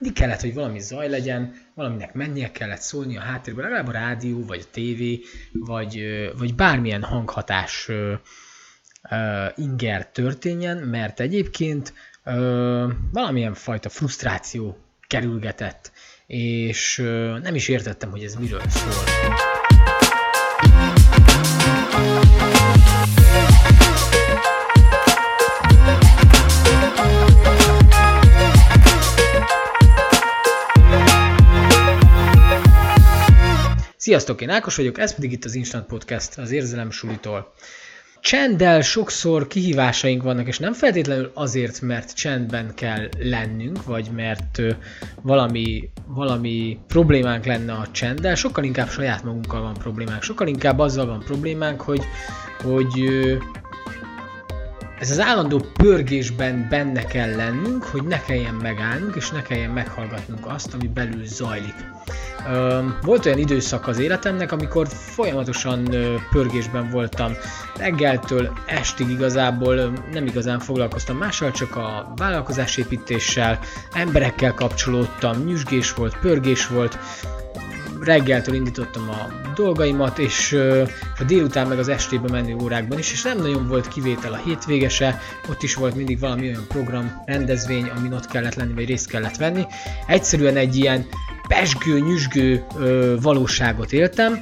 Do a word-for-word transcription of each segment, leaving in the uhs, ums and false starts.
mindig kellett, hogy valami zaj legyen, valaminek mennie kellett szólni a háttérben, legalább a rádió, vagy a tévé, vagy, vagy bármilyen hanghatás uh, uh, inger történjen, mert egyébként uh, valamilyen fajta frusztráció kerülgetett, és uh, nem is értettem, hogy ez miről szól. Sziasztok, én Ákos vagyok, ez pedig itt az Instant Podcast, az Érzelem Sulitól. Csenddel sokszor kihívásaink vannak, és nem feltétlenül azért, mert csendben kell lennünk, vagy mert valami, valami problémánk lenne a csenddel, sokkal inkább saját magunkkal van problémánk, sokkal inkább azzal van problémánk, hogy, hogy ez az állandó pörgésben benne kell lennünk, hogy ne kelljen megállnunk, és ne kelljen meghallgatnunk azt, ami belül zajlik. Volt olyan időszak az életemnek, amikor folyamatosan pörgésben voltam. Reggeltől estig igazából nem igazán foglalkoztam mással, csak a vállalkozásépítéssel, emberekkel kapcsolódtam, nyüzsgés volt, pörgés volt. Reggeltől indítottam a dolgaimat, és a délután meg az estébe menő órákban is, és nem nagyon volt kivétel a hétvégese, ott is volt mindig valami olyan program, rendezvény, amin ott kellett lenni, vagy részt kellett venni. Egyszerűen egy ilyen pezsgő, nyüzsgő ö, valóságot éltem,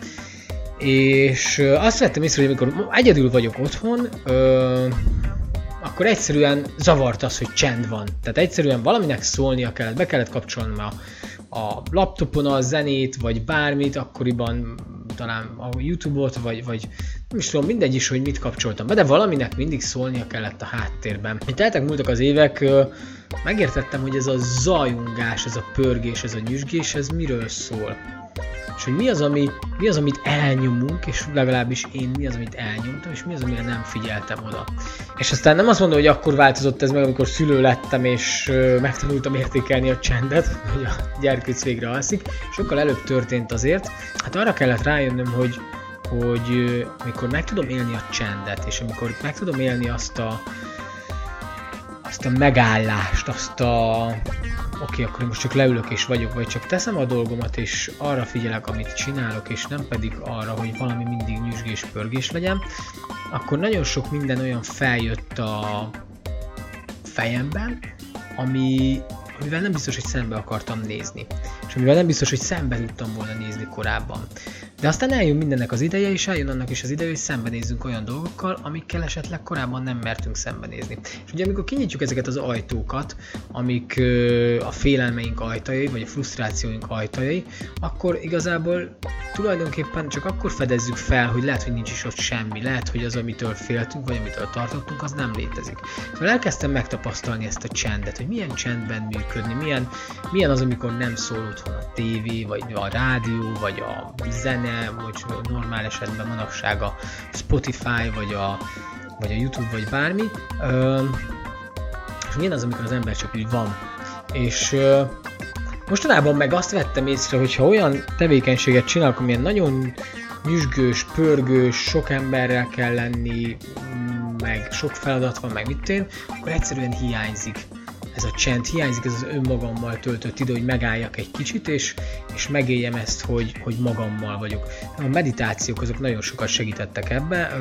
és ö, azt vettem észre, hogy amikor egyedül vagyok otthon, ö, akkor egyszerűen zavart az, hogy csend van. Tehát egyszerűen valaminek szólnia kellett, be kellett kapcsolnom a, a laptopon a zenét, vagy bármit, akkoriban talán a YouTube-ot, vagy, vagy nem is tudom, mindegy is, hogy mit kapcsoltam be, de valaminek mindig szólnia kellett a háttérben. Itt teltek múltak az évek, megértettem, hogy ez a zajongás, ez a pörgés, ez a nyüzsgés, ez miről szól. És hogy mi az, ami, mi az, amit elnyomunk, és legalábbis én mi az, amit elnyomtam, és mi az, amire nem figyeltem oda. És aztán nem azt mondom, hogy akkor változott ez meg, amikor szülő lettem, és megtanultam értékelni a csendet, hogy a gyerkőc végre alszik. Sokkal előbb történt azért. Hát arra kellett rájönnöm, hogy, hogy amikor meg tudom élni a csendet, és amikor meg tudom élni azt a, azt a megállást, azt a... Oké, okay, akkor most csak leülök és vagyok, vagy csak teszem a dolgomat, és arra figyelek, amit csinálok, és nem pedig arra, hogy valami mindig nyüzsgés, pörgés legyen, akkor nagyon sok minden olyan feljött a fejemben, ami, amivel nem biztos, hogy szembe akartam nézni. És amivel nem biztos, hogy szembe tudtam volna nézni korábban. De aztán eljön mindennek az ideje, és eljön annak is az ideje, hogy szembenézzünk olyan dolgokkal, amikkel esetleg korábban nem mertünk szembenézni. És ugye amikor kinyitjuk ezeket az ajtókat, amik ö, a félelmeink ajtajai, vagy a frusztrációink ajtajai, akkor igazából tulajdonképpen csak akkor fedezzük fel, hogy lehet, hogy nincs is ott semmi, lehet, hogy az, amitől féltünk, vagy amitől tartottunk, az nem létezik. Szóval elkezdtem megtapasztalni ezt a csendet, hogy milyen csendben működni, milyen, milyen az, amikor nem szól otthon a tévé, vagy a rádió, vagy a zene, vagy normál esetben manapság a Spotify, vagy a, vagy a YouTube, vagy bármi. Ö, és milyen az, amikor az ember csak úgy van. És ö, mostanában meg azt vettem észre, hogyha olyan tevékenységet csinálok, amilyen nagyon nyüzsgős, pörgős, sok emberrel kell lenni, meg sok feladat van, meg mit én, akkor egyszerűen hiányzik ez a csend, hiányzik ez az önmagammal töltött idő, hogy megálljak egy kicsit, és, és megéljem ezt, hogy, hogy magammal vagyok. A meditációk azok nagyon sokat segítettek ebbe.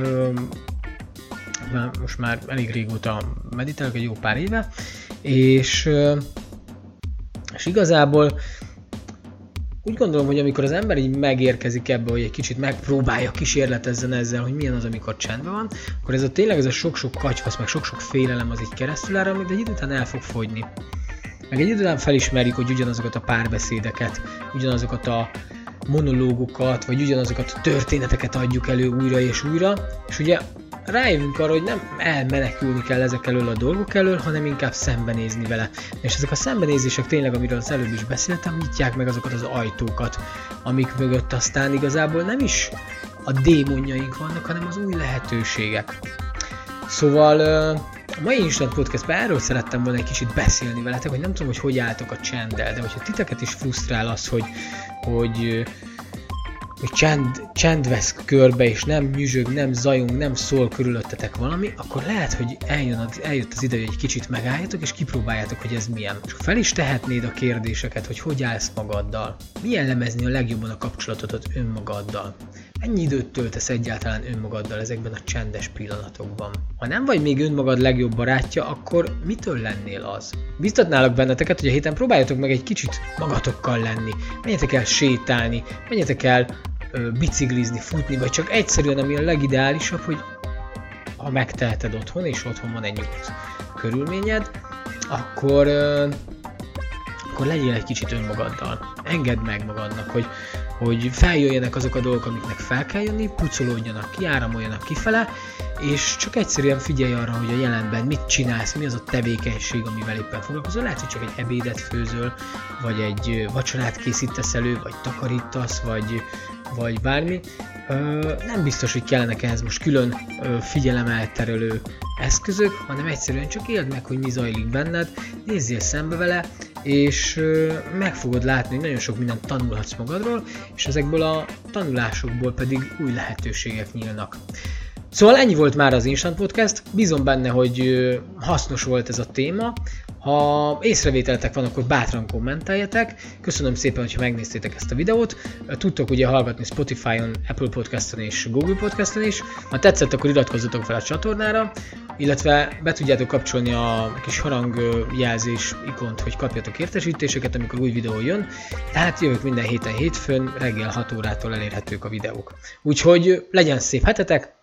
Most már elég régóta meditálok, egy jó pár éve, és, és igazából úgy gondolom, hogy amikor az ember így megérkezik ebbe, hogy egy kicsit megpróbálja, kísérletezzen ezzel, hogy milyen az, amikor csendben van, akkor ez a tényleg ez a sok-sok katyvasz, meg sok-sok félelem az így keresztül áramlik, de egy idő után el fog fogyni. Meg egy idő után felismerjük, hogy ugyanazokat a párbeszédeket, ugyanazokat a monológokat, vagy ugyanazokat a történeteket adjuk elő újra és újra, és ugye rájövünk arra, hogy nem elmenekülni kell ezek elől a dolgok elől, hanem inkább szembenézni vele. És ezek a szembenézések tényleg, amiről az előbb is beszéltem, nyitják meg azokat az ajtókat, amik mögött aztán igazából nem is a démonjaink vannak, hanem az új lehetőségek. Szóval a mai Instant Podcastben erről szerettem volna egy kicsit beszélni veletek, hogy nem tudom, hogy hogy álltok a csenddel, de hogyha titeket is frusztrál az, hogy, hogy hogy csend, csend vesz körbe, és nem nyüzsög, nem zajong, nem szól körülöttetek valami, akkor lehet, hogy eljön az, eljött az ideje, hogy egy kicsit megálljatok, és kipróbáljátok, hogy ez milyen. És fel is tehetnéd a kérdéseket, hogy hogy állsz magaddal. Milyen lemezni a legjobban a kapcsolatodat önmagaddal. Ennyi időt töltesz egyáltalán önmagaddal ezekben a csendes pillanatokban? Ha nem vagy még önmagad legjobb barátja, akkor mitől lennél az? Biztatnálok benneteket, hogy a héten próbáljatok meg egy kicsit magatokkal lenni. Menjetek el sétálni, menjetek el ö, biciklizni, futni, vagy csak egyszerűen, ami a legideálisabb, hogy ha megteheted otthon, és otthon van egy nyugodt körülményed, akkor... Ö, akkor legyél egy kicsit önmagaddal. Engedd meg magadnak, hogy, hogy feljöjjenek azok a dolgok, amiknek fel kell jönni, pucolódjanak ki, áramoljanak kifele, és csak egyszerűen figyelj arra, hogy a jelenben mit csinálsz, mi az a tevékenység, amivel éppen foglalkozol. Lehet, hogy csak egy ebédet főzöl, vagy egy vacsorát készítesz elő, vagy takarítasz, vagy, vagy bármi. Ö, nem biztos, hogy kellenek ehhez most külön ö, figyelemelterelő eszközök, hanem egyszerűen csak éld meg, hogy mi zajlik benned, nézzél szembe vele, és ö, meg fogod látni, hogy nagyon sok mindent tanulhatsz magadról, és ezekből a tanulásokból pedig új lehetőségek nyílnak. Szóval ennyi volt már az Instant Podcast, bízom benne, hogy ö, hasznos volt ez a téma. Ha észrevételetek van, akkor bátran kommenteljetek. Köszönöm szépen, hogyha megnéztétek ezt a videót. Tudtok ugye hallgatni Spotify-on, Apple Podcast-on és Google Podcast-on is. Ha tetszett, akkor iratkozzatok fel a csatornára, illetve be tudjátok kapcsolni a kis harangjelzés ikont, hogy kapjatok értesítéseket, amikor új videó jön. Tehát jövök minden héten hétfőn, reggel hat órától elérhetők a videók. Úgyhogy legyen szép hetetek,